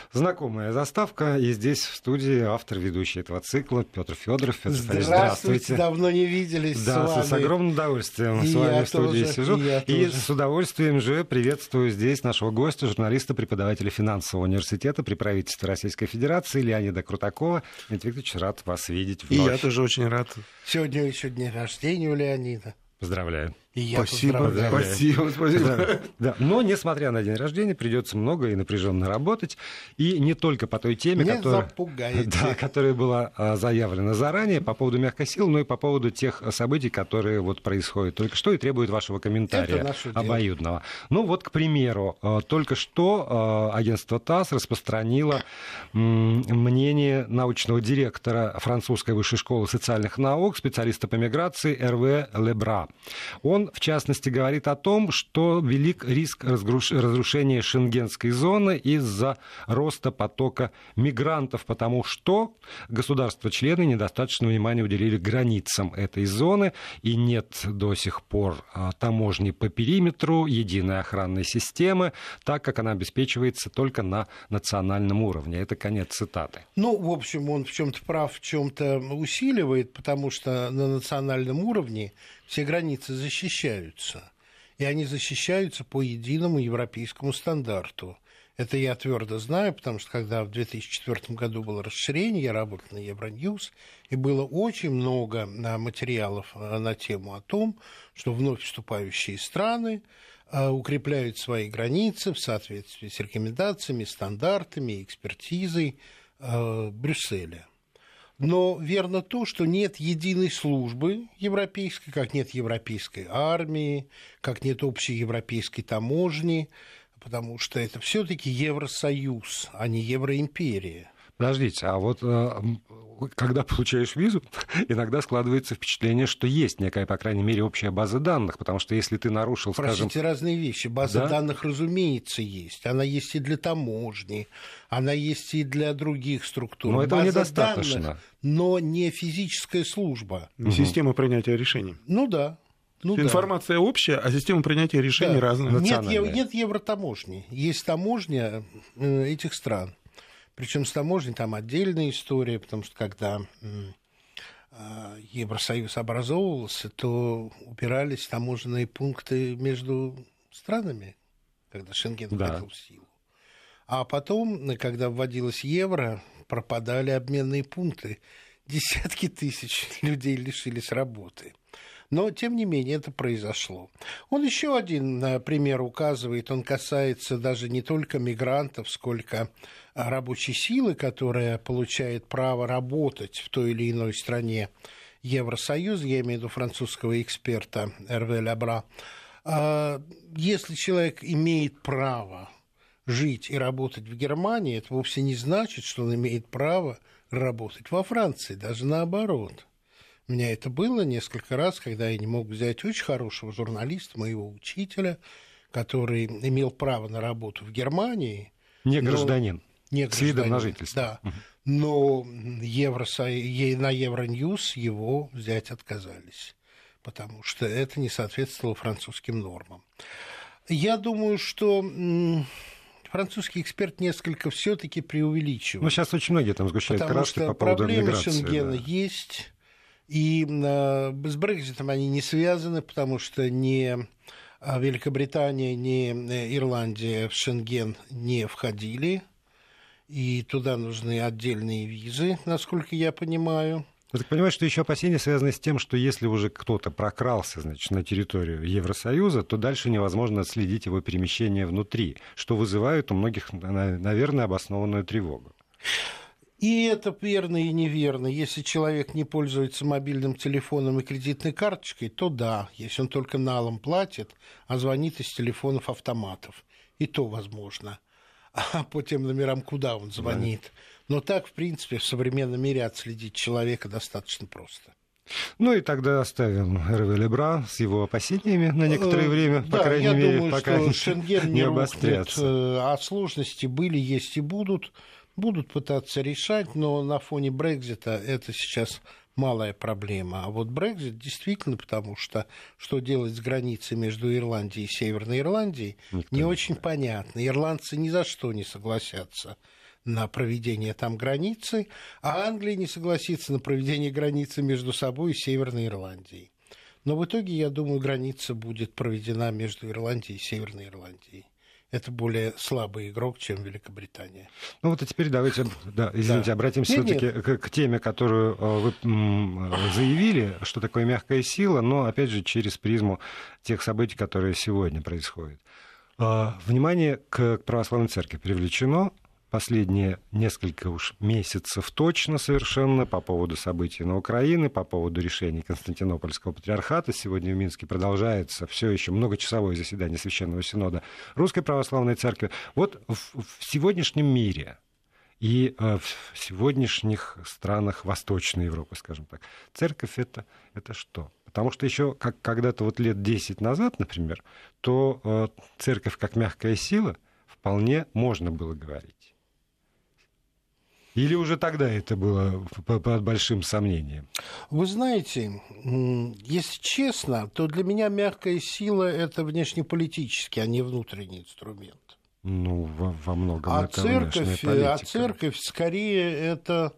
Знакомая заставка, и здесь в студии автор, ведущий этого цикла Петр Федоров. Петр Федорович, здравствуйте. Давно не виделись да, с вами. С огромным удовольствием с вами в студии тоже, сижу. И тоже. с удовольствием же приветствую здесь нашего гостя, журналиста, преподавателя финансового университета при правительстве Российской Федерации Леонида Крутакова. Леонид Викторович, рад вас видеть вновь. И я тоже очень рад. Сегодня еще день рождения у Леонида. Поздравляю. И я Спасибо. Да. Но, несмотря на день рождения, придется много и напряженно работать. И не только по той теме, которая была заявлена заранее по поводу мягкой силы, но и по поводу тех событий, которые вот происходят только что и требуют вашего комментария обоюдного. Ну вот, к примеру, только что агентство ТАСС распространило мнение научного директора французской высшей школы социальных наук, специалиста по миграции Эрве Лебра. Он, в частности, говорит о том, что велик риск разрушения шенгенской зоны из-за роста потока мигрантов, потому что государства-члены недостаточно внимания уделили границам этой зоны, и нет до сих пор таможни по периметру, единой охранной системы, так как она обеспечивается только на национальном уровне. Это конец цитаты. Ну, в общем, он в чем-то прав, в чем-то усиливает, потому что на национальном уровне все границы защищаются, и они защищаются по единому европейскому стандарту. Это я твердо знаю, потому что когда в 2004 году было расширение, я работал на Евроньюз, и было очень много материалов на тему о том, что вновь вступающие страны укрепляют свои границы в соответствии с рекомендациями, стандартами, экспертизой Брюсселя. Но верно то, что нет единой службы европейской, как нет европейской армии, как нет общей европейской таможни, потому что это все-таки Евросоюз, а не Евроимперия. Подождите, а вот когда получаешь визу, иногда складывается впечатление, что есть некая, по крайней мере, общая база данных, потому что если ты нарушил, Простите, разные вещи. База данных, разумеется, есть. Она есть и для таможни, она есть и для других структур. Но этого база недостаточно. Данных, но не физическая служба. Система принятия решений. Ну да. Информация общая, а система принятия решений разная. Нет евротаможни. Есть таможня этих стран. Причем с таможней там отдельная история, потому что когда Евросоюз образовывался, то упирались таможенные пункты между странами, когда Шенген входил в силу. А потом, когда вводилось евро, пропадали обменные пункты. Десятки тысяч людей лишились работы. Но, тем не менее, это произошло. Он еще один пример указывает, он касается даже не только мигрантов, сколько рабочей силы, которая получает право работать в той или иной стране Евросоюза, я имею в виду французского эксперта Эрве Лебра. Если человек имеет право жить и работать в Германии, это вовсе не значит, что он имеет право работать во Франции, даже наоборот. У меня это было несколько раз, когда я не мог взять очень хорошего журналиста, моего учителя, который имел право на работу в Германии. Не гражданин. С видом на жительство. Да. Но на Евроньюз его взять отказались, потому что это не соответствовало французским нормам. Я думаю, что французский эксперт несколько все-таки преувеличивает. Ну, сейчас очень многие там сгущают краски по поводу миграции. Проблемы Шенгена есть. И с Брекситом они не связаны, потому что ни Великобритания, ни Ирландия в Шенген не входили. И туда нужны отдельные визы, насколько я понимаю. Вы так понимаете, что еще опасения связаны с тем, что если уже кто-то прокрался, значит, на территорию Евросоюза, то дальше невозможно отследить его перемещение внутри, что вызывает у многих, наверное, обоснованную тревогу. И это верно и неверно. Если человек не пользуется мобильным телефоном и кредитной карточкой, то да, если он только налом платит, а звонит из телефонов-автоматов, и то возможно. А по тем номерам, куда он звонит. Да. Но так, в принципе, в современном мире отследить человека достаточно просто. Ну и тогда оставим Эрве Лебра с его опасениями на некоторое время, по крайней мере, думаю, пока что Шенген не обострятся. А сложности были, есть и будут пытаться решать, но на фоне Брексита это сейчас малая проблема. А вот Брексит действительно, потому что делать с границей между Ирландией и Северной Ирландией, не очень понятно. Ирландцы ни за что не согласятся на проведение там границы, а Англия не согласится на проведение границы между собой и Северной Ирландией. Но в итоге, я думаю, граница будет проведена между Ирландией и Северной Ирландией. Это более слабый игрок, чем Великобритания. Ну вот, а теперь давайте, обратимся все-таки к теме, которую вы заявили, что такое мягкая сила, но, опять же, через призму тех событий, которые сегодня происходят. Внимание к православной церкви привлечено последние несколько уж месяцев точно совершенно по поводу событий на Украине, по поводу решений Константинопольского патриархата. Сегодня в Минске продолжается все еще многочасовое заседание Священного Синода Русской Православной Церкви. Вот в сегодняшнем мире и в сегодняшних странах Восточной Европы, скажем так, церковь это что? Потому что еще как когда-то вот лет 10 назад, например, то церковь как мягкая сила вполне можно было говорить. Или уже тогда это было под большим сомнением? Вы знаете, если честно, то для меня мягкая сила – это внешнеполитический, а не внутренний инструмент. Ну, во многом это внешняя политика. А церковь, скорее, это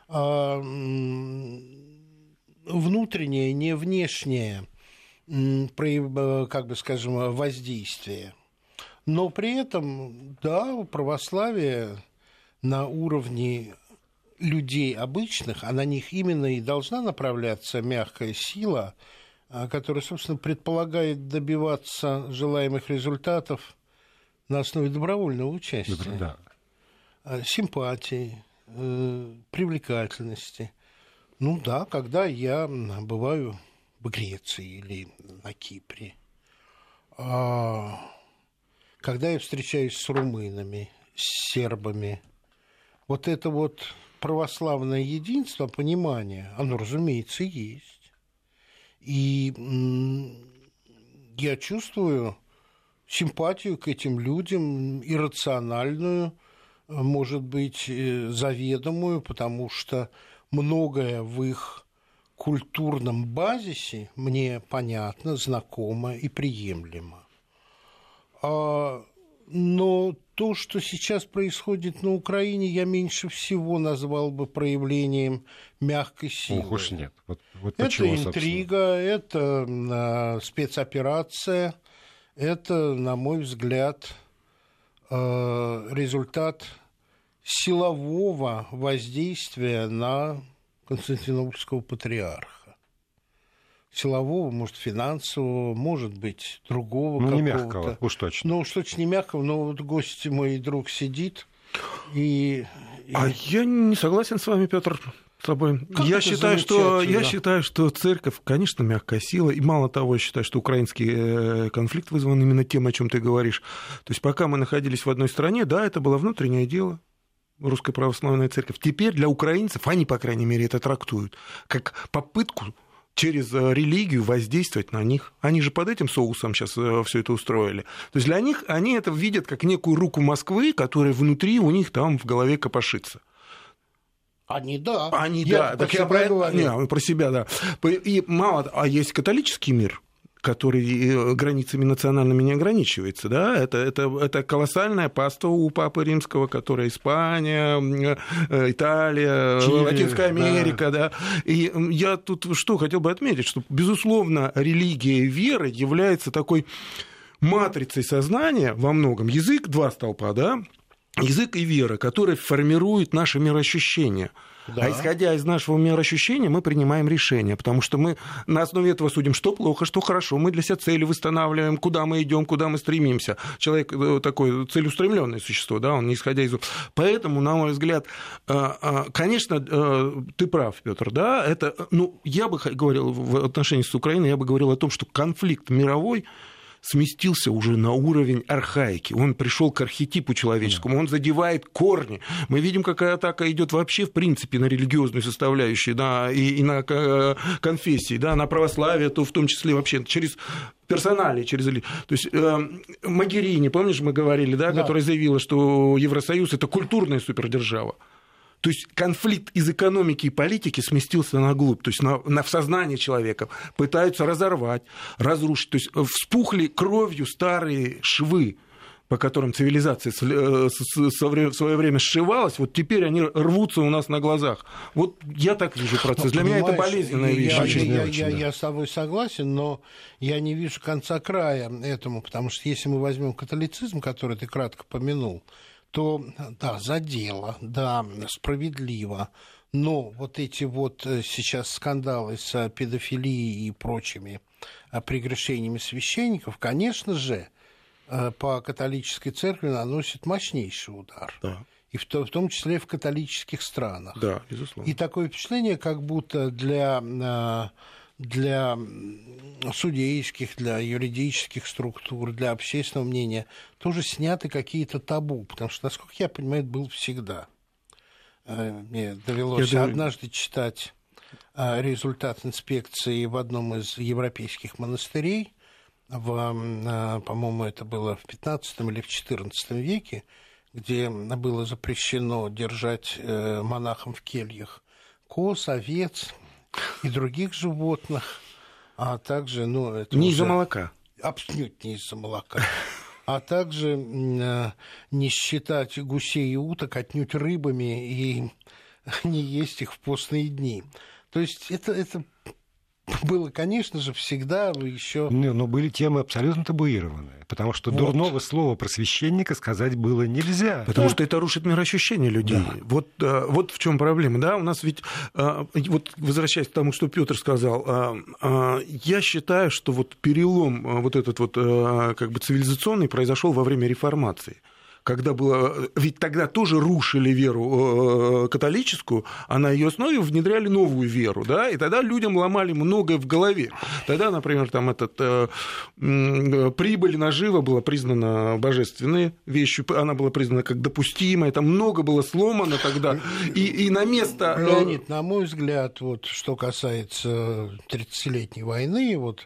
внутреннее, не внешнее, как бы скажем, воздействие. Но при этом, да, православие на уровне людей обычных, а на них именно и должна направляться мягкая сила, которая, собственно, предполагает добиваться желаемых результатов на основе добровольного участия, да. Симпатии, привлекательности. Ну да, когда я бываю в Греции или на Кипре, когда я встречаюсь с румынами, с сербами, вот это вот православное единство, понимание, оно, разумеется, есть. И я чувствую симпатию к этим людям, иррациональную, может быть, заведомую, потому что многое в их культурном базисе мне понятно, знакомо и приемлемо. Но то, что сейчас происходит на Украине, я меньше всего назвал бы проявлением мягкой силы. Ох уж нет. Вот это почему, интрига, это спецоперация, это, на мой взгляд, результат силового воздействия на Константинопольского патриарха. Силового, может, финансового, может быть, другого какого-то. Не мягкого, уж точно. Ну, уж точно не мягкого, но вот гость мой друг сидит и... А я не согласен с вами, Петр, с тобой. Я считаю, что церковь, конечно, мягкая сила, и мало того, я считаю, что украинский конфликт вызван именно тем, о чем ты говоришь. То есть пока мы находились в одной стране, да, это было внутреннее дело. Русская Православная Церковь. Теперь для украинцев, они, по крайней мере, это трактуют как попытку через религию воздействовать на них. Они же под этим соусом сейчас все это устроили. То есть для них они это видят как некую руку Москвы, которая внутри у них там в голове копошится. Они да. Так я про себя, да. И мало, а есть католический мир, который границами национальными не ограничивается, да, это колоссальная паства у Папы Римского, которая Испания, Италия, Чили, Латинская Америка, да. И я тут что хотел бы отметить, что, безусловно, религия и вера является такой матрицей сознания во многом. Язык, два столпа, да, язык и вера, которые формируют наше мироощущение. Да. А исходя из нашего мироощущения, мы принимаем решения, потому что мы на основе этого судим, что плохо, что хорошо, мы для себя цели восстанавливаем, куда мы идем, куда мы стремимся. Человек такое целеустремленное существо, да, он не исходя из... Поэтому, на мой взгляд, конечно, ты прав, Петр, да, это, я бы говорил в отношении с Украиной, я бы говорил о том, что конфликт мировой сместился уже на уровень архаики. Он пришел к архетипу человеческому, он задевает корни. Мы видим, какая атака идет вообще, в принципе, на религиозную составляющую, да, и на конфессии, да, на православие, то в том числе вообще через персоналии, через... То есть Могерини, помнишь, мы говорили, да, которая заявила, что Евросоюз – это культурная супердержава. То есть конфликт из экономики и политики сместился на глубь, то есть в сознание человека пытаются разорвать, разрушить. То есть вспухли кровью старые швы. по которым цивилизация в свое время сшивалась, вот теперь они рвутся у нас на глазах. Вот я так вижу процесс. Для меня это болезненная вещь. Я с тобой согласен, но я не вижу конца края этому, потому что если мы возьмем католицизм, который ты кратко помянул, то да, за дело, да, справедливо, но вот эти вот сейчас скандалы с педофилией и прочими прегрешениями священников, конечно же, по католической церкви наносит мощнейший удар. Да. И в том числе в католических странах. Да, безусловно. И такое впечатление, как будто для судейских, для юридических структур, для общественного мнения тоже сняты какие-то табу. Потому что, насколько я понимаю, это было всегда. Мне довелось однажды читать результат инспекции в одном из европейских монастырей. По-моему, это было в XV или в XIV веке, где было запрещено держать монахам в кельях коз, овец и других животных, а также... это не из-за молока. Абсолютно не из-за молока. А также не считать гусей и уток отнюдь рыбами и не есть их в постные дни. То есть это было, конечно же, всегда еще... Но были темы абсолютно табуированные, потому что дурного слова про священника сказать было нельзя. Потому что это рушит мироощущение людей. Да. Вот в чем проблема. Да? У нас ведь, вот возвращаясь к тому, что Петр сказал, я считаю, что вот перелом вот этот вот как бы цивилизационный произошел во время реформации. Когда было... Ведь тогда тоже рушили веру католическую, а на ее основе внедряли новую веру, да, и тогда людям ломали многое в голове. Тогда, например, там прибыль нажива была признана божественной вещью, она была признана как допустимая, там много было сломано тогда, и на место... Леонид, на мой взгляд, вот, что касается 30-летней войны, вот,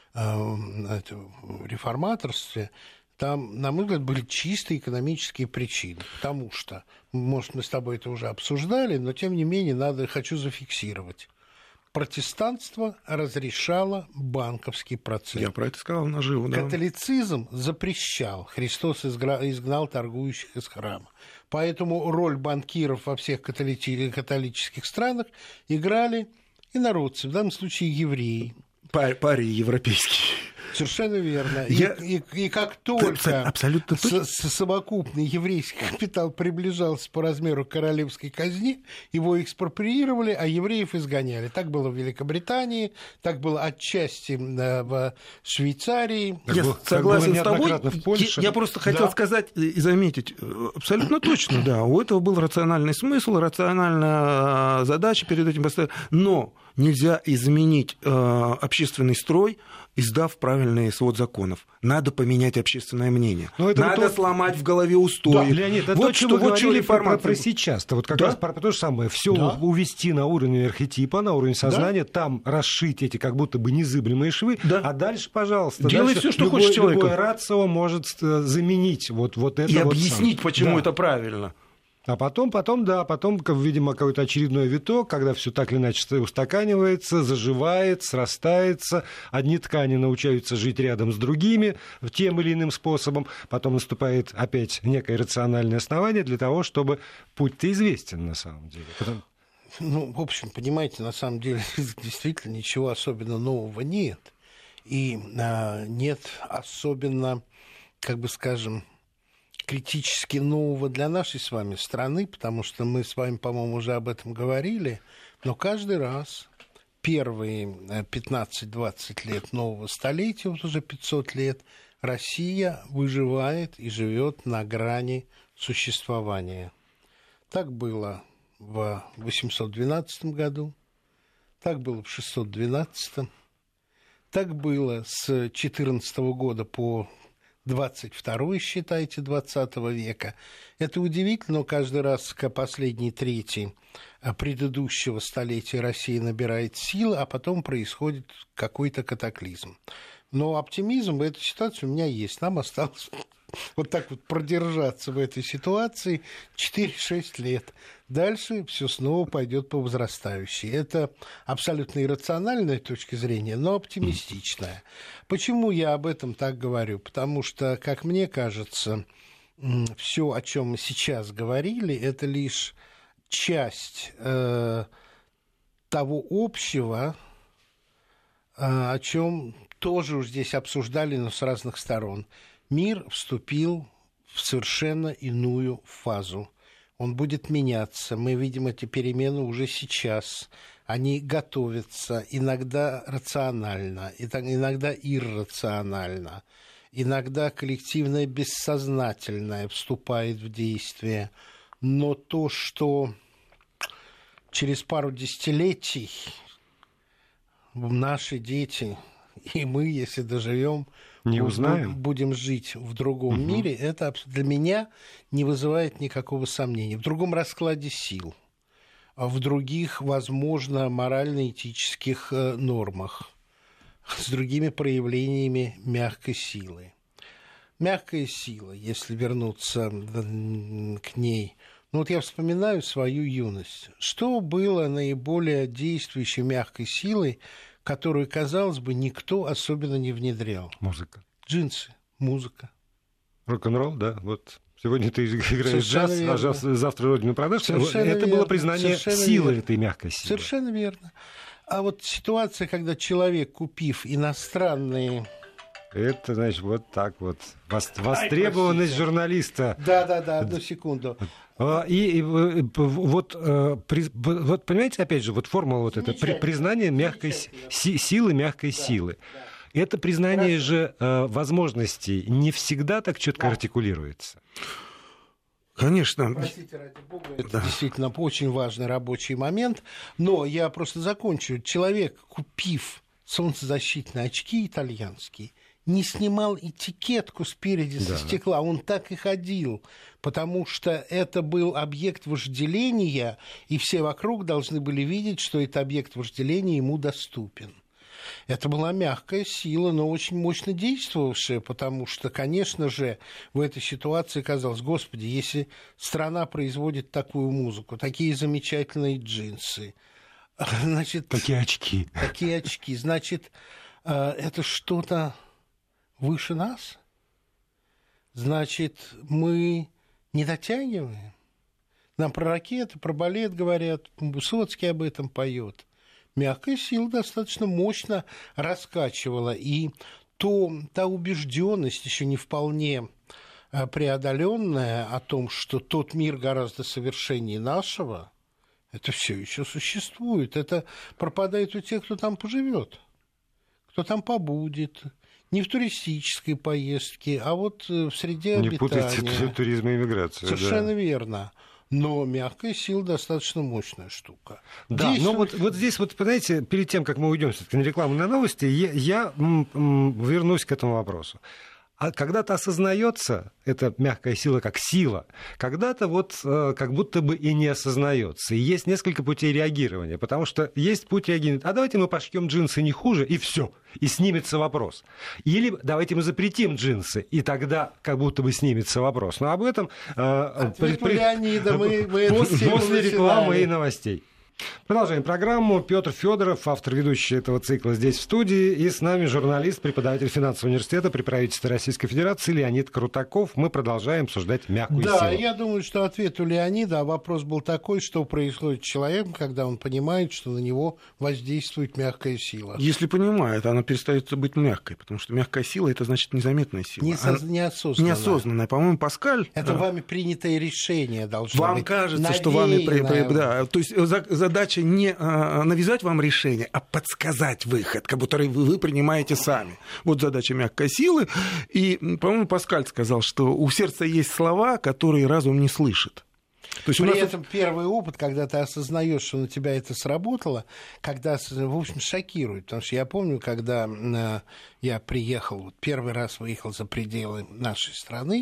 в реформаторстве, там, на мой взгляд, были чисто экономические причины, потому что, может, мы с тобой это уже обсуждали, но, тем не менее, хочу зафиксировать. Протестанство разрешало банковский процесс. Я про это сказал наживо, да. Католицизм запрещал. Христос изгнал торгующих из храма. Поэтому роль банкиров во всех католических странах играли инородцы, в данном случае евреи. Парии европейские. Совершенно верно. И как только совокупный еврейский капитал приближался по размеру к королевской казне, его экспроприировали, а евреев изгоняли. Так было в Великобритании, так было отчасти в Швейцарии. Я согласен с тобой. Я просто хотел сказать и заметить, абсолютно точно, да, у этого был рациональный смысл, рациональная задача перед этим поставить. Но нельзя изменить общественный строй, издав правильный свод законов. Надо поменять общественное мнение. Надо сломать в голове устои. Да, Леонид, это то, что вы говорили про сейчас-то. Вот как раз про то же самое. Все увести на уровень архетипа, на уровень сознания, там расшить эти как будто бы незыблемые швы, а дальше, пожалуйста, делай все, что хочешь человек. Любое рацио может заменить вот это. И объяснить, почему это правильно. А потом, видимо, какой-то очередной виток, когда все так или иначе устаканивается, заживает, срастается, одни ткани научаются жить рядом с другими тем или иным способом, потом наступает опять некое рациональное основание для того, чтобы путь-то известен на самом деле. В общем, понимаете, на самом деле действительно ничего особенно нового нет. И нет особенно, критически нового для нашей с вами страны, потому что мы с вами, по-моему, уже об этом говорили, но каждый раз первые 15-20 лет нового столетия, вот уже 500 лет, Россия выживает и живет на грани существования. Так было в 812 году, так было в 612, так было с 14 года по 22-й, считайте, 20 века. Это удивительно, но каждый раз к последней трети предыдущего столетия Россия набирает силы, а потом происходит какой-то катаклизм. Но оптимизм в этой ситуации у меня есть. Нам осталось вот так вот продержаться в этой ситуации 4-6 лет. Дальше все снова пойдет по возрастающей. Это абсолютно иррациональная точка зрения, но оптимистичная. Почему я об этом так говорю? Потому что, как мне кажется, все, о чем мы сейчас говорили, это лишь часть того общего, о чем тоже уж здесь обсуждали, но с разных сторон. Мир вступил в совершенно иную фазу. Он будет меняться. Мы видим эти перемены уже сейчас. Они готовятся иногда рационально, иногда иррационально. Иногда коллективное бессознательное вступает в действие. Но то, что через пару десятилетий наши дети и мы, если доживем, не узнаем, будем жить в другом мире, это для меня не вызывает никакого сомнения. В другом раскладе сил, в других, возможно, морально-этических нормах, с другими проявлениями мягкой силы. Мягкая сила, если вернуться к ней. Ну вот я вспоминаю свою юность. Что было наиболее действующей мягкой силой, которую, казалось бы, никто особенно не внедрял? Музыка. Джинсы, музыка. Рок-н-ролл, да. Вот сегодня ты играешь джаз, а завтра родину продашь. Это верно. Было признание силы этой мягкой силы. Совершенно верно. А вот ситуация, когда человек, купив иностранные... Это, значит, вот так вот. Востребованность журналиста. Да, одну секунду. И вот, понимаете, опять же, вот формула вот эта, признание мягкой силы, мягкой силы. Это признание же возможностей не всегда так четко артикулируется. Конечно. Простите, ради бога, это действительно очень важный рабочий момент. Но я просто закончу. Человек, купив солнцезащитные очки итальянские, не снимал этикетку спереди со стекла, он так и ходил, потому что это был объект вожделения, и все вокруг должны были видеть, что этот объект вожделения ему доступен. Это была мягкая сила, но очень мощно действовавшая, потому что, конечно же, в этой ситуации казалось, господи, если страна производит такую музыку, такие замечательные джинсы, значит... Такие очки, значит, это что-то выше нас? Значит, мы не дотягиваем? Нам про ракеты, про балет говорят, Высоцкий об этом поет. Мягкая сила достаточно мощно раскачивала, и та убежденность, еще не вполне преодоленная, о том, что тот мир гораздо совершеннее нашего, это все еще существует. Это пропадает у тех, кто там поживет, кто там побудет. Не в туристической поездке, а вот в среде обитания. Не путайте туризм и иммиграцию. Совершенно верно. Но мягкая сила достаточно мощная штука. Да, но вот здесь, понимаете, перед тем, как мы уйдем все-таки на рекламу, на новости, я вернусь к этому вопросу. А когда-то осознается эта мягкая сила как сила, когда-то вот как будто бы и не осознается. И есть несколько путей реагирования, потому что есть путь реагирования. А давайте мы пошьем джинсы не хуже, и все, и снимется вопрос. Или давайте мы запретим джинсы, и тогда как будто бы снимется вопрос. Но об этом после рекламы и новостей. Продолжаем программу. Петр Федоров, автор, ведущий этого цикла, здесь в студии. И с нами журналист, преподаватель финансового университета при правительстве Российской Федерации Леонид Крутаков. Мы продолжаем обсуждать мягкую силу. Да, я думаю, что ответ у Леонида, а вопрос был такой, что происходит с человеком, когда он понимает, что на него воздействует мягкая сила. Если понимает, она перестает быть мягкой, потому что мягкая сила — это значит незаметная сила. Неосознанная. Неосознанная. По-моему, Паскаль... Это вами принятое решение должно вам быть. Вам кажется, что вами... Да, то есть задача не навязать вам решение, а подсказать выход, который вы принимаете сами. Вот задача мягкой силы. И, по-моему, Паскаль сказал, что у сердца есть слова, которые разум не слышит. То есть при этом первый опыт, когда ты осознаешь, что на тебя это сработало, когда, в общем, шокирует. Потому что я помню, когда я приехал, первый раз выехал за пределы нашей страны,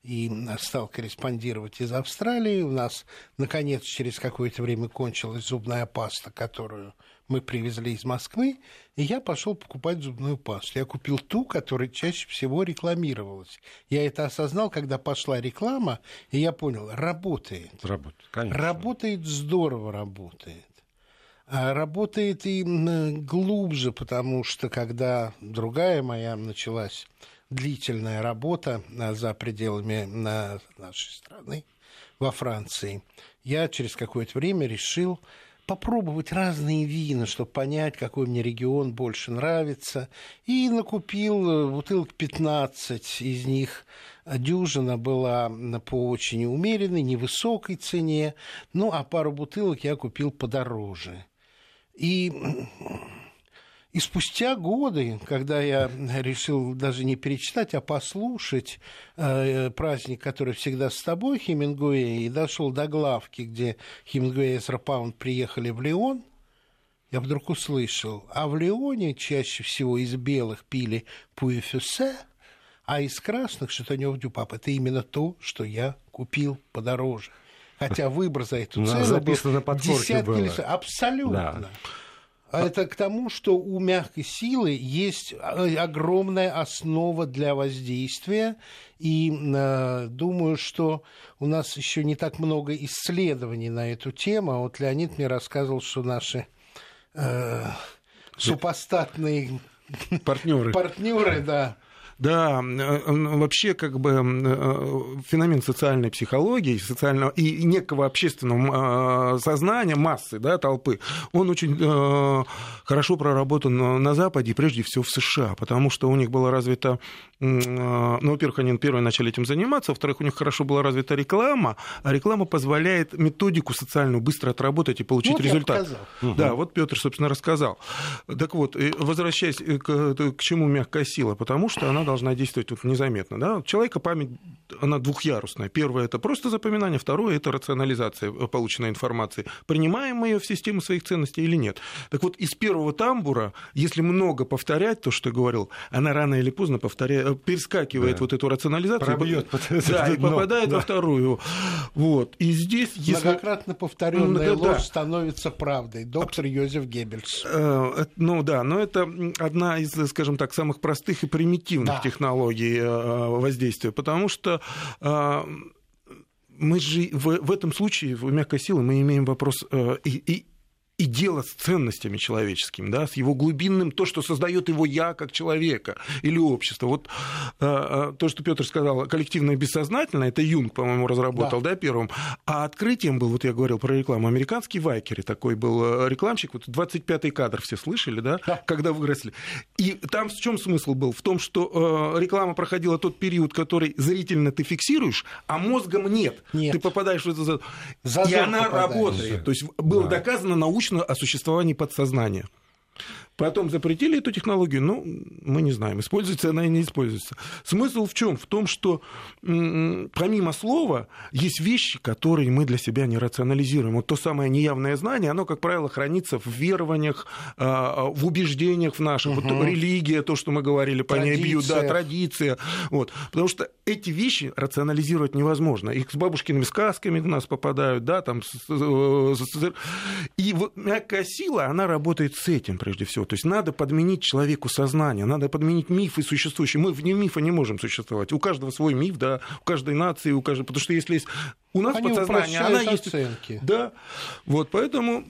и стал корреспондировать из Австралии. У нас, наконец, через какое-то время кончилась зубная паста, которую мы привезли из Москвы, и я пошел покупать зубную пасту. Я купил ту, которая чаще всего рекламировалась. Я это осознал, когда пошла реклама, и я понял, работает. Работает, конечно. Работает, здорово работает. Работает и глубже, потому что когда другая моя началась длительная работа за пределами нашей страны, во Франции, я через какое-то время решил попробовать разные вина, чтобы понять, какой мне регион больше нравится. И накупил бутылок 15, из них дюжина была по очень умеренной, невысокой цене, ну а пару бутылок я купил подороже. И спустя годы, когда я решил даже не перечитать, а послушать праздник, который всегда с тобой, Хемингуэя, и дошел до главки, где Хемингуэй и Эзра Паунд приехали в Лион, я вдруг услышал, а в Лионе чаще всего из белых пили пуэфюсе, а из красных шатонёв-дю-пап. Это именно то, что я купил подороже. Хотя выбор за эту цену был десятки листов. Абсолютно. Да. Это к тому, что у мягкой силы есть огромная основа для воздействия, и думаю, что у нас еще не так много исследований на эту тему. Вот Леонид мне рассказывал, что наши супостатные партнеры, да. Да, вообще как бы феномен социальной психологии, социального и некого общественного сознания, массы, да, толпы, он очень хорошо проработан на Западе, прежде всего в США, потому что у них была развита, ну, во-первых, они первые начали этим заниматься, во-вторых, у них хорошо была развита реклама, а реклама позволяет методику социальную быстро отработать и получить результат. Да, вот Петр, собственно, рассказал. Так вот, возвращаясь к чему мягкая сила, потому что она должна действовать вот незаметно. Да? У человека память, она двухъярусная. Первое – это просто запоминание, второе – это рационализация полученной информации. Принимаем мы ее в систему своих ценностей или нет? Так вот, из первого тамбура, если много повторять то, что я говорил, она рано или поздно перескакивает вот эту рационализацию. Пробьет. И попадает во вторую. Вот. И здесь, если... Многократно повторенная ложь становится правдой. Доктор Йозеф Геббельс. Ну да, но это одна из, скажем так, самых простых и примитивных технологий воздействия, потому что мы же в этом случае, в мягкой силе, мы имеем вопрос и дело с ценностями человеческими, да, с его глубинным, то, что создает его я как человека или общество. Вот то, что Петр сказал, коллективное бессознательное, это Юнг, по-моему, разработал, да, первым. А открытием был, вот я говорил про рекламу, американский Вайкери, такой был рекламщик, вот 25-й кадр все слышали, да, когда выросли. И там в чем смысл был? В том, что реклама проходила тот период, который зрительно ты фиксируешь, а мозгом нет. Ты попадаешь в это... И она работает. То есть было доказано научно о существовании подсознания. Потом запретили эту технологию, ну, мы не знаем, используется она или не используется. Смысл в чем? В том, что помимо слова есть вещи, которые мы для себя не рационализируем. Вот то самое неявное знание, оно, как правило, хранится в верованиях, в убеждениях в наших. Вот религия, то, что мы говорили, по ней бьют, да, традиция. Вот. Потому что эти вещи рационализировать невозможно. Их с бабушкиными сказками в нас попадают, да, там. И вот мягкая сила, она работает с этим прежде всего. То есть надо подменить человеку сознание, надо подменить мифы существующие. Мы вне мифа не можем существовать. У каждого свой миф, да, у каждой нации, у каждой... Потому что если есть... У нас подсознание, она есть... Оценки. Да, вот, поэтому...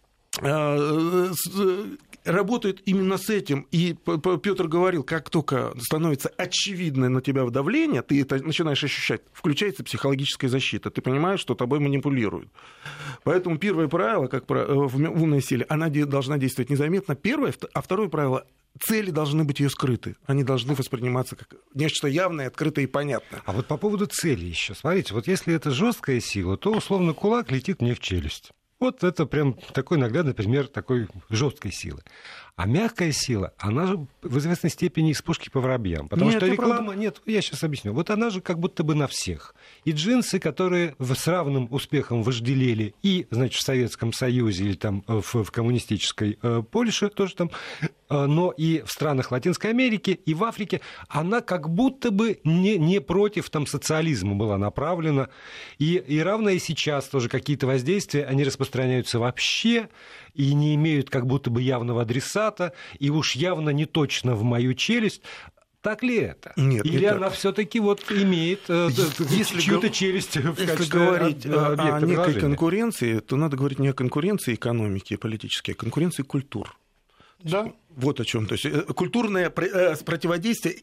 работает именно с этим. И Петр говорил, как только становится очевидное на тебя давление, ты это начинаешь ощущать, включается психологическая защита. Ты понимаешь, что тобой манипулируют. Поэтому первое правило, как в умной силе, она должна действовать незаметно. Первое, а второе правило, цели должны быть ее скрыты. Они должны восприниматься как нечто явное, открытое и понятное. А вот по поводу цели еще. Смотрите, вот если это жесткая сила, то условно кулак летит мне в челюсть. Вот это прям такой наглядный пример такой жесткой силы. А мягкая сила, она же в известной степени из пушки по воробьям. Потому что реклама... Нет, я сейчас объясню. Вот она же как будто бы на всех. И джинсы, которые с равным успехом вожделели и, значит, в Советском Союзе или там в коммунистической Польше тоже там, но и в странах Латинской Америки, и в Африке, она как будто бы не против там социализма была направлена. И равно и сейчас тоже какие-то воздействия, они распространяются вообще и не имеют как будто бы явного адресата, и уж явно не точно в мою челюсть. Так ли это? Нет, или она все-таки вот имеет чью-то челюсть в качестве Если говорить о некой конкуренции, то надо говорить не о конкуренции экономики и политической, а о конкуренции культур. Да. Вот о чем. То есть культурное противодействие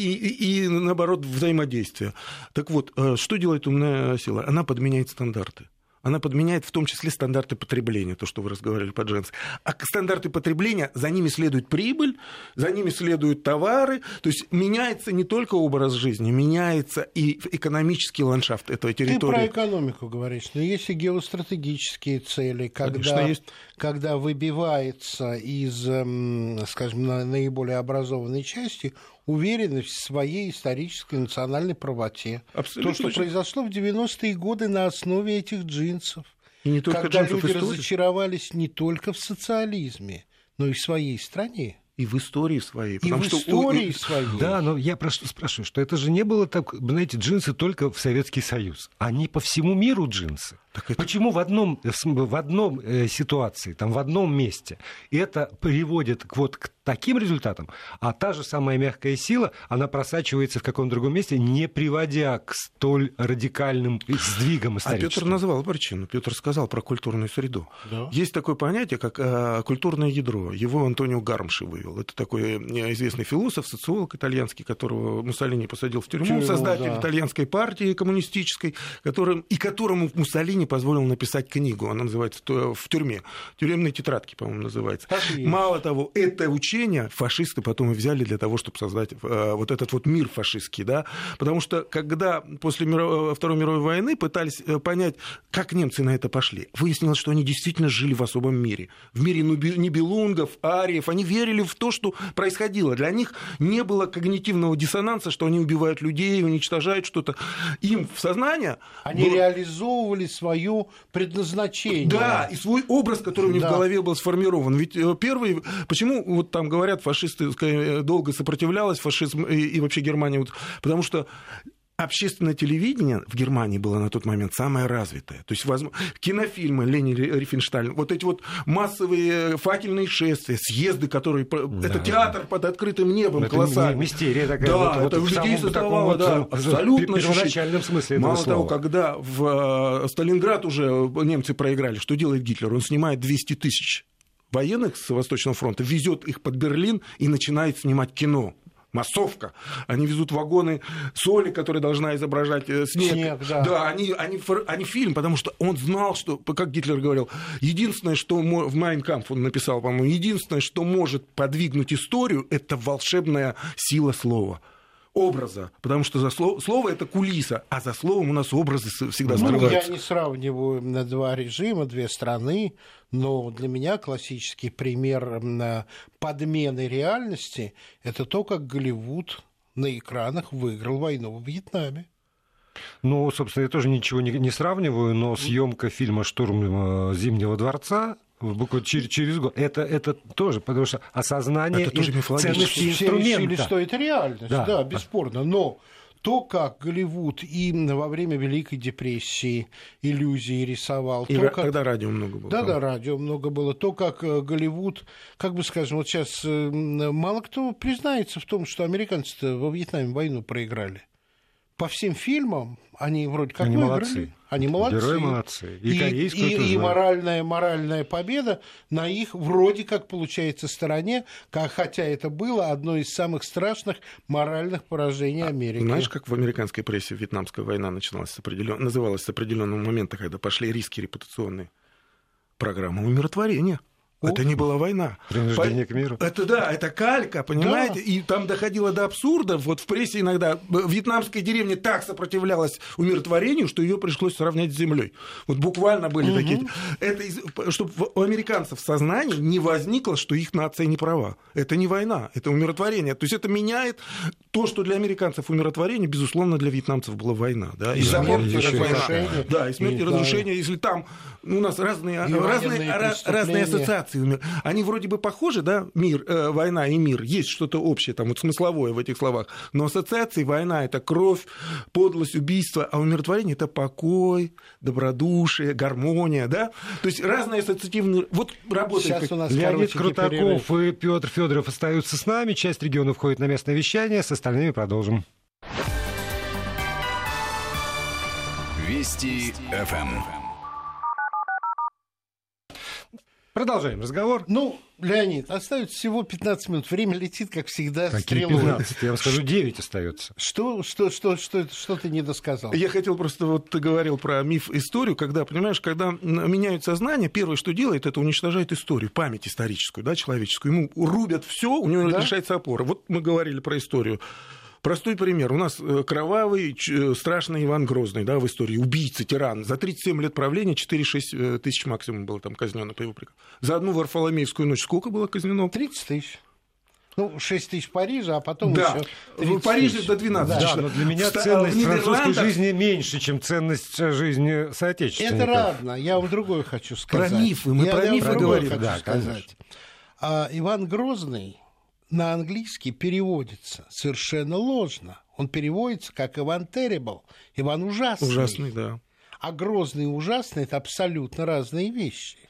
и наоборот, взаимодействие. Так вот, что делает умная сила? Она подменяет стандарты. Она подменяет в том числе стандарты потребления, то, что вы разговаривали по Дженс. А стандарты потребления, за ними следует прибыль, за ними следуют товары. То есть меняется не только образ жизни, меняется и экономический ландшафт этой территории. Ты про экономику говоришь, но есть и геостратегические цели, когда выбивается из, скажем, наиболее образованной части уверенность в своей исторической национальной правоте. Абсолютно. То, что произошло в 90-е годы на основе этих джинсов. И не только когда люди разочаровались не только в социализме, но и в своей стране. И в истории своей. И в истории своей. Да, но я про что спрашиваю, что это же не было так, знаете, джинсы только в Советский Союз. Они по всему миру джинсы. Почему в одном ситуации, там, в одном месте это приводит к таким результатам, а та же самая мягкая сила, она просачивается в каком-то другом месте, не приводя к столь радикальным сдвигам историческим? А Петр назвал причину. Петр сказал про культурную среду. Да. Есть такое понятие, как культурное ядро. Его Антонио Гармши вывел. Это такой известный философ, социолог итальянский, которого Муссолини посадил в тюрьму, создатель итальянской партии коммунистической, которому Муссолини позволил написать книгу. Она называется «В тюрьме». «Тюремные тетрадки», по-моему, называется. Мало того, это учение фашисты потом и взяли для того, чтобы создать вот этот вот мир фашистский. Да? Потому что, когда после Второй мировой войны пытались понять, как немцы на это пошли, выяснилось, что они действительно жили в особом мире. В мире нибелунгов, ариев. Они верили в то, что происходило. Для них не было когнитивного диссонанса, что они убивают людей, уничтожают что-то. Им в сознание... Они реализовывали свое предназначение. Да, и свой образ, который у них в голове был сформирован. Ведь первый... Почему вот там говорят, фашисты долго сопротивлялись, фашизм и вообще Германия... Потому что общественное телевидение в Германии было на тот момент самое развитое. То есть кинофильмы Лени Рифеншталь, вот эти вот массовые факельные шествия, съезды, которые... Это театр под открытым небом, это колоссальный. Мистерия такая. Да, это людей создавало, абсолютно в первоначальном смысле этого слова. Мало того, когда в Сталинград уже немцы проиграли, что делает Гитлер? Он снимает 200 тысяч военных с Восточного фронта, везет их под Берлин и начинает снимать кино. Массовка. Они везут вагоны соли, которая должна изображать снег. Да, они фильм, потому что он знал, что, как Гитлер говорил, единственное, что в «Майн кампф» он написал, по-моему, единственное, что может подвигнуть историю, это волшебная сила слова. Образа, потому что за слово это кулиса, а за словом у нас образы всегда скрываются. Я не сравниваю на два режима, две страны, но для меня классический пример подмены реальности – это то, как Голливуд на экранах выиграл войну во Вьетнаме. Ну, собственно, я тоже ничего не сравниваю, но съемка фильма «Штурм Зимнего дворца» буквально через год. Это тоже, потому что осознание ценности инструмента. Или что это реальность, да, бесспорно. Но то, как Голливуд и во время Великой депрессии иллюзии рисовал... Тогда радио много было. Да, радио много было. То, как Голливуд, как бы скажем, вот сейчас мало кто признается в том, что американцы-то во Вьетнаме войну проиграли. По всем фильмам они вроде как выиграли. Они молодцы. Герои молодцы. И моральная победа на их вроде как получается стороне, хотя это было одно из самых страшных моральных поражений Америки. Знаешь, как в американской прессе Вьетнамская война называлась с определенного момента, когда пошли риски репутационные? Программа умиротворения. Это не была война. Принуждение к миру. Это да, это калька, понимаете? Да. И там доходило до абсурда. Вот в прессе иногда вьетнамская деревня так сопротивлялась умиротворению, что ее пришлось сравнять с землей. Вот буквально были такие. Это чтобы у американцев в сознании не возникло, что их нация не права. Это не война, это умиротворение. То есть это меняет то, что для американцев умиротворение, безусловно, для вьетнамцев была война. Да? И смерть и разрушение. Да, и смерть и разрушение. Если там у нас разные ассоциации. Они вроде бы похожи, да, мир, война и мир, есть что-то общее, там, вот смысловое в этих словах, но ассоциации война — это кровь, подлость, убийство, а умиротворение — это покой, добродушие, гармония, да, то есть разные ассоциативные... Вот работает... Сейчас у нас Леонид Крутаков и Петр Федоров остаются с нами, часть региона входит на местное вещание, с остальными продолжим. Вести ФМ. Продолжаем разговор. Ну, Леонид, остается всего 15 минут. Время летит, как всегда, какие стрелой. 15? Я вам скажу, 9 остается. Что ты не досказал? Я хотел просто, вот ты говорил про миф, историю, когда, понимаешь, когда меняют сознание, первое, что делает, это уничтожает историю, память историческую, да, человеческую. Ему рубят все, у него лишается опора. Вот мы говорили про историю. Простой пример. У нас кровавый, страшный Иван Грозный, да, в истории, убийца, тиран. За 37 лет правления 4-6 тысяч максимум было там казнено по его приказу. За одну Варфоломеевскую ночь сколько было казнено? 30 тысяч. Ну, 6 тысяч в Париже, а потом еще 30 в Париже тысяч. До 12 тысяч. Да, но для меня ценность французской жизни меньше, чем ценность жизни соотечественников. Это равно. Я вам другое хочу сказать. Про мифы. Мы про мифы говорим. Хочу сказать. Иван Грозный на английский переводится совершенно ложно. Он переводится как Иван Terrible, Иван Ужасный. Ужасный, да. А Грозный и Ужасный — это абсолютно разные вещи.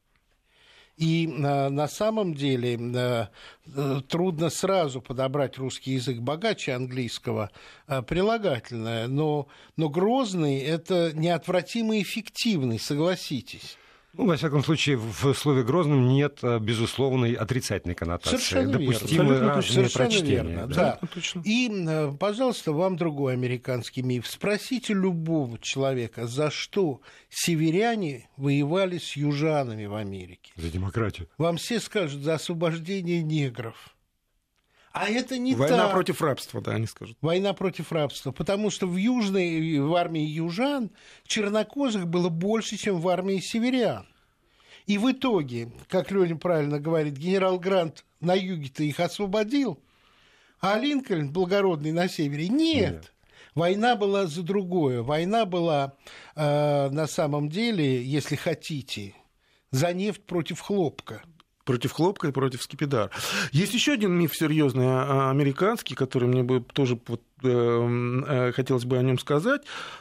И на самом деле трудно сразу подобрать русский язык богаче английского прилагательное, но Грозный — это неотвратимо эффективный, согласитесь. Ну, во всяком случае, в слове «грозным» нет безусловной отрицательной коннотации. Совершенно допустимы верно. разные прочтения. Верно, да. И, пожалуйста, вам другой американский миф. Спросите любого человека, за что северяне воевали с южанами в Америке. За демократию. Вам все скажут: за освобождение негров. А это не так. Война против рабства, да, они скажут. Война против рабства. Потому что в армии южан чернокожих было больше, чем в армии северян. И в итоге, как Лёня правильно говорит, генерал Грант на юге-то их освободил, а Линкольн, благородный, на севере, нет. Война была за другое. Война была, на самом деле, если хотите, за нефть против хлопка. Против хлопка и против скипидара. Есть еще один миф серьезный американский, который мне бы тоже хотелось бы о нем сказать.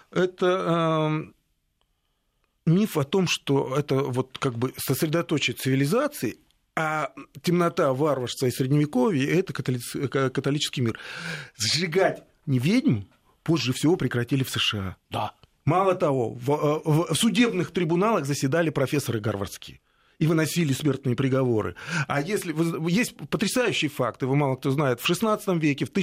Это миф о том, что это вот как бы сосредоточие цивилизации, а темнота, варварство и средневековье — это католический мир. Сжигать не ведьм позже всего прекратили в США. Да. Мало того, в судебных трибуналах заседали профессоры гарвардские и выносили смертные приговоры. А если есть потрясающие факты, вы мало кто знает, в XVI веке, в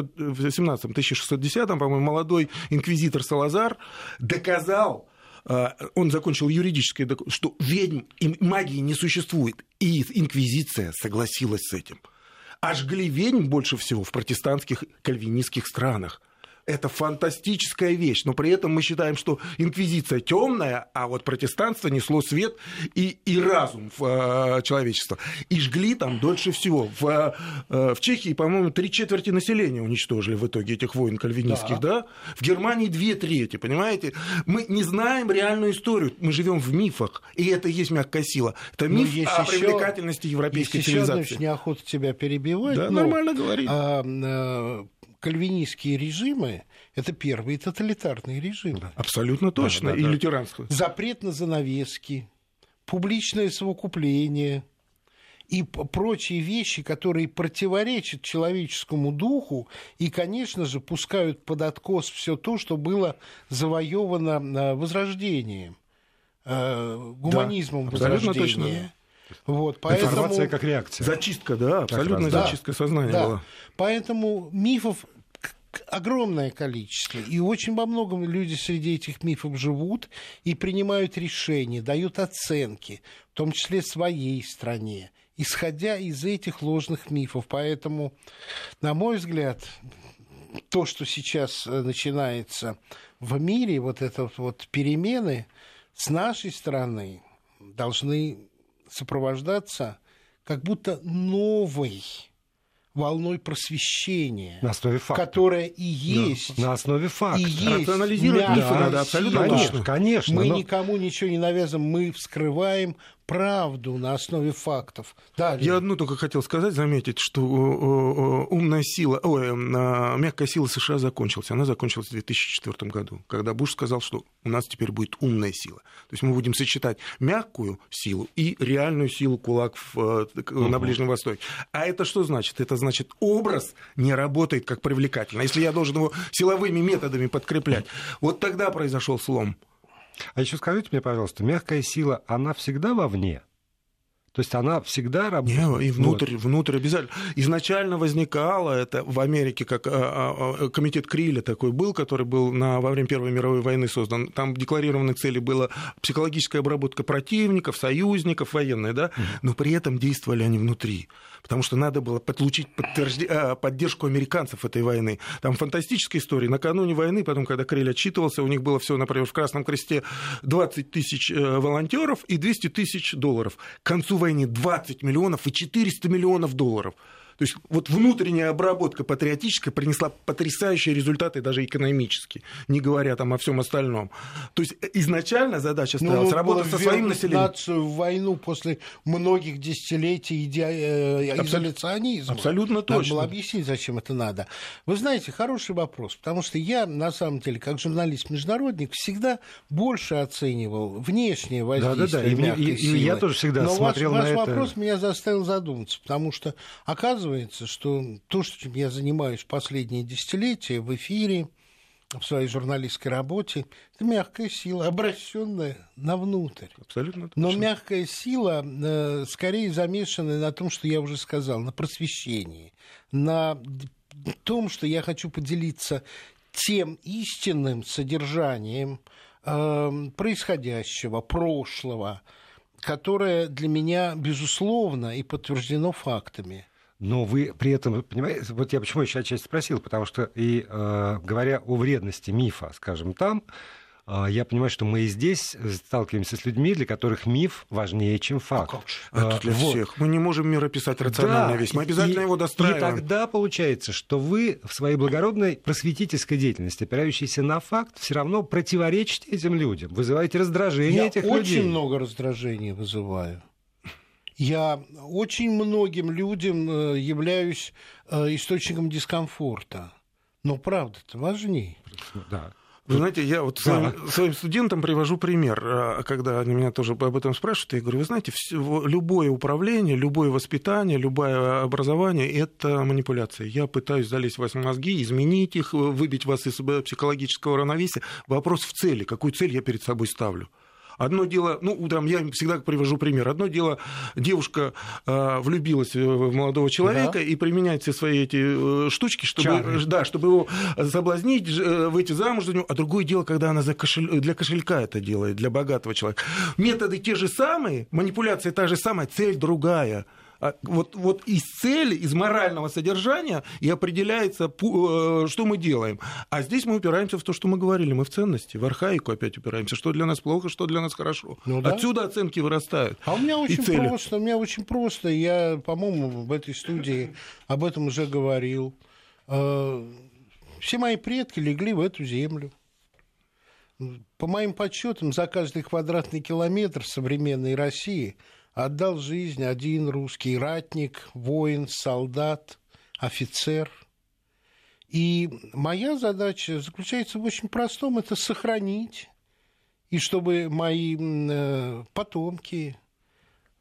1610-м, по-моему, молодой инквизитор Салазар доказал, он закончил юридическое, что ведьм и магии не существует. И инквизиция согласилась с этим. А жгли ведьм больше всего в протестантских кальвинистских странах. Это фантастическая вещь, но при этом мы считаем, что инквизиция темная, а вот протестанство несло свет и разум в человечество. И жгли там дольше всего. В Чехии, по-моему, 3/4 населения уничтожили в итоге этих войн кальвинистских, да? В Германии 2/3, понимаете? Мы не знаем реальную историю, мы живем в мифах, и это и есть мягкая сила. Это миф о привлекательности европейской цивилизации. Есть еще, неохота тебя перебивать. Да, нормально говорить. Кальвинистские режимы — это первые тоталитарные режимы. Абсолютно точно. И лютеранство. Запрет на занавески, публичное совокупление и прочие вещи, которые противоречат человеческому духу и, конечно же, пускают под откос все то, что было завоевано Возрождением, гуманизмом Возрождения. Вот, поэтому... Информация как реакция. Зачистка, да, абсолютная зачистка сознания была. Поэтому мифов, огромное количество. И очень во многом люди среди этих мифов живут и принимают решения, дают оценки, в том числе своей стране, исходя из этих ложных мифов. Поэтому, на мой взгляд, то, что сейчас начинается в мире, вот это вот перемены, с нашей стороны должны сопровождаться как будто новой волной просвещения, на основе фактов, которая и есть. На основе фактов. Рационализировать мифы надо, абсолютно точно. Конечно. Мы никому ничего не навязываем, мы вскрываем правду на основе фактов. Далее. Я одну только хотел сказать, заметить, что мягкая сила США закончилась. Она закончилась в 2004 году, когда Буш сказал, что у нас теперь будет умная сила. То есть мы будем сочетать мягкую силу и реальную силу кулак на Ближнем Востоке. А это что значит? Это значит, образ не работает как привлекательно. Если я должен его силовыми методами подкреплять, вот тогда произошел слом. А еще скажите мне, пожалуйста, мягкая сила, она всегда вовне? То есть она всегда работает? И внутрь обязательно. Изначально возникало это в Америке, как комитет Криля такой был, который был во время Первой мировой войны создан. Там декларированной цели была психологическая обработка противников, союзников, военная, да? Но при этом действовали они внутри. Потому что надо было получить поддержку американцев этой войны. Там фантастическая история. Накануне войны, потом, когда Криль отчитывался, у них было все, например, в Красном Кресте 20 тысяч волонтеров и $200 тысяч. К концу войны 20 миллионов и $400 миллионов. То есть вот внутренняя обработка патриотическая принесла потрясающие результаты, даже экономические, не говоря там о всем остальном. То есть изначально задача ставилась работать со своим населением. Нацию в войну после многих десятилетий изоляционизма. Абсолютно точно. Надо было объяснить, зачем это надо. Вы знаете, хороший вопрос, потому что я, на самом деле, как журналист-международник, всегда больше оценивал внешнее воздействие мягкой силы. Я тоже всегда смотрел на это. Ваш вопрос меня заставил задуматься, потому что, оказывается, что то, чем я занимаюсь последние десятилетия в эфире, в своей журналистской работе, это мягкая сила, обращенная навнутрь. Абсолютно точно. Но мягкая сила скорее замешана на том, что я уже сказал, на просвещении, на том, что я хочу поделиться тем истинным содержанием происходящего, прошлого, которое для меня, безусловно, и подтверждено фактами. Но вы при этом, понимаете, вот я почему еще отчасти спросил, потому что и говоря о вредности мифа, скажем, там, я понимаю, что мы и здесь сталкиваемся с людьми, для которых миф важнее, чем факт. Это для всех. Мы не можем мир описать рационально весь. Мы обязательно его достраиваем. И тогда получается, что вы в своей благородной просветительской деятельности, опирающейся на факт, все равно противоречите этим людям, вызываете раздражение этих людей. Я очень много раздражения вызываю. Я очень многим людям являюсь источником дискомфорта. Но правда-то важнее. Да. Вы знаете, я вот своим студентам привожу пример, когда они меня тоже об этом спрашивают, я говорю, вы знаете, любое управление, любое воспитание, любое образование – это манипуляция. Я пытаюсь залезть в ваши мозги, изменить их, выбить вас из психологического равновесия. Вопрос в цели, какую цель я перед собой ставлю. Одно дело, я всегда привожу пример. Одно дело, девушка влюбилась в молодого человека и применяет все свои эти штучки, чтобы его соблазнить, выйти замуж за него. А другое дело, когда она для кошелька это делает, для богатого человека. Методы те же самые, манипуляция та же самая, цель другая. Вот из цели, из морального содержания и определяется, что мы делаем. А здесь мы упираемся в то, что мы говорили, мы в ценности, в архаику опять упираемся, что для нас плохо, что для нас хорошо. Отсюда оценки вырастают. А у меня очень просто, я, по-моему, в этой студии об этом уже говорил. Все мои предки легли в эту землю. По моим подсчетам, за каждый квадратный километр современной России отдал жизнь один русский ратник, воин, солдат, офицер. И моя задача заключается в очень простом – это сохранить, и чтобы мои потомки,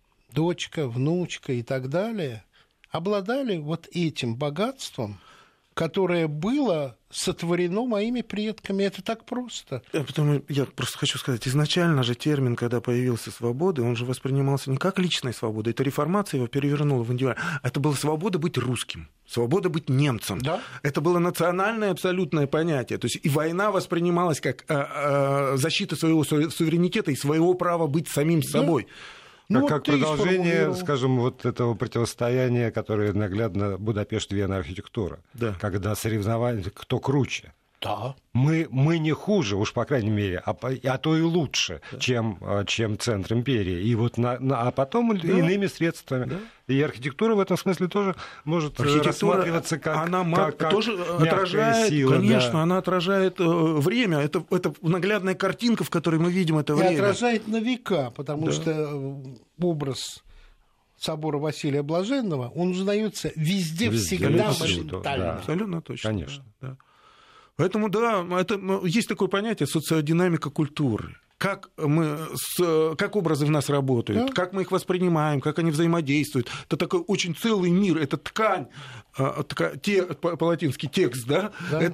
дочка, внучка и так далее обладали вот этим богатством, которое было сотворено моими предками. Это так просто. Я просто хочу сказать, изначально же термин, когда появился свобода, он же воспринимался не как личная свобода. Это реформация его перевернула в индивидуальность. Это была свобода быть русским, свобода быть немцем. Да? Это было национальное абсолютное понятие. То есть и война воспринималась как защита своего суверенитета и своего права быть самим собой. Как продолжение, скажем, вот этого противостояния, которое наглядно Будапешт-Вена архитектура. Да. Когда соревновались, кто круче. Да. Мы не хуже, уж по крайней мере, а то и лучше, да. чем центр империи. И вот а потом иными средствами. Да. И архитектура в этом смысле тоже может рассматриваться как тоже отражает, сила. Конечно, да. Она отражает время. Это наглядная картинка, в которой мы видим это время. И отражает на века, потому что образ собора Василия Блаженного, он узнается везде всегда моментально. Да. Абсолютно точно. Конечно. Да. Поэтому, есть такое понятие социодинамика культуры. Как образы в нас работают, как мы их воспринимаем, как они взаимодействуют. Это такой очень целый мир, это ткань, по-латински текст, да?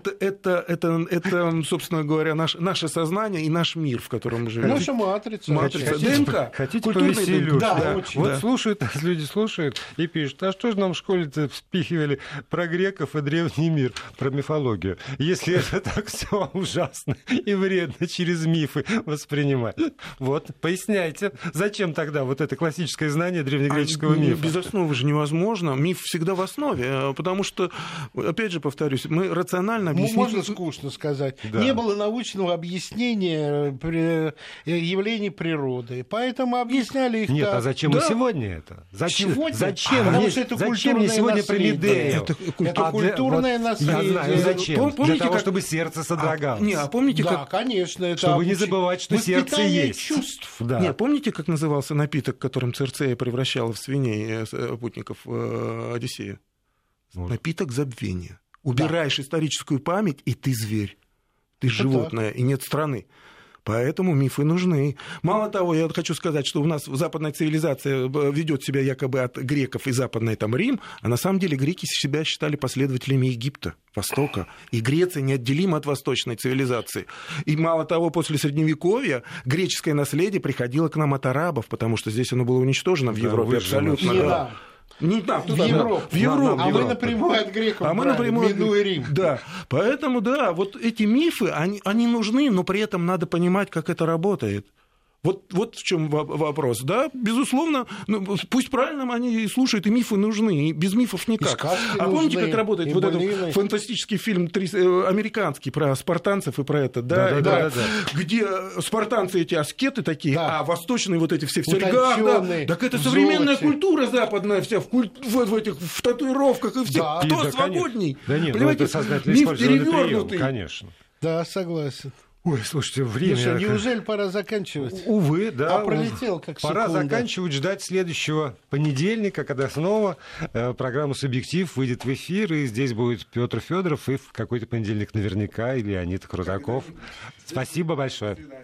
Это, собственно говоря, наше сознание и наш мир, в котором мы живем. Наша матрица. ДНК. Хотите повеселюшку? Да, очень. Вот слушают, люди слушают и пишут, а что же нам в школе-то впихивали про греков и древний мир, про мифологию, если это так все ужасно и вредно через мифы воспринимать. Вот, поясняйте, зачем тогда вот это классическое знание древнегреческого мифа? Без основы же невозможно. Миф всегда в основе, потому что, опять же повторюсь, мы рационально объясним... Можно скучно сказать. Да. Не было научного объяснения явлений природы, поэтому объясняли их... Нет, а зачем мы сегодня это? Зачем мне сегодня про Медею? Это культурное наследие. Я знаю, зачем? Для того, чтобы сердце содрогалось. А помните, как... конечно. Чтобы не забывать, что сердце есть. Чувств. Да. Нет, помните, как назывался напиток, которым Цирцея превращала в свиней путников Одиссея? Напиток забвения. Убираешь историческую память, и ты зверь. Ты животное, и нет страны. Поэтому мифы нужны. Мало того, я хочу сказать, что у нас западная цивилизация ведет себя якобы от греков и западный там Рим, а на самом деле греки себя считали последователями Египта, Востока. И Греция неотделима от восточной цивилизации. И мало того, после Средневековья греческое наследие приходило к нам от арабов, потому что здесь оно было уничтожено в Европе абсолютно. В Европу. Мы напрямую от греков минуя Рим. Да. Поэтому, вот эти мифы, они нужны, но при этом надо понимать, как это работает. Вот в чем вопрос. Да, безусловно, пусть правильно они слушают, и мифы нужны, и без мифов никак. А помните, как работает вот этот фантастический фильм американский про спартанцев и про это, да. Где спартанцы эти аскеты такие, а восточные вот эти все в серьгах, так это современная культура западная вся в этих в татуировках и все. Кто свободней? Да нет, это сознательно использованный прием, конечно. Да, согласен. Ой, слушайте, время... неужели пора заканчивать? Увы, да. А пролетел как секунда. Пора заканчивать, ждать следующего понедельника, когда снова программа «Субъектив» выйдет в эфир, и здесь будет Петр Федоров, и в какой-то понедельник наверняка, и Леонид Крутаков. Спасибо большое.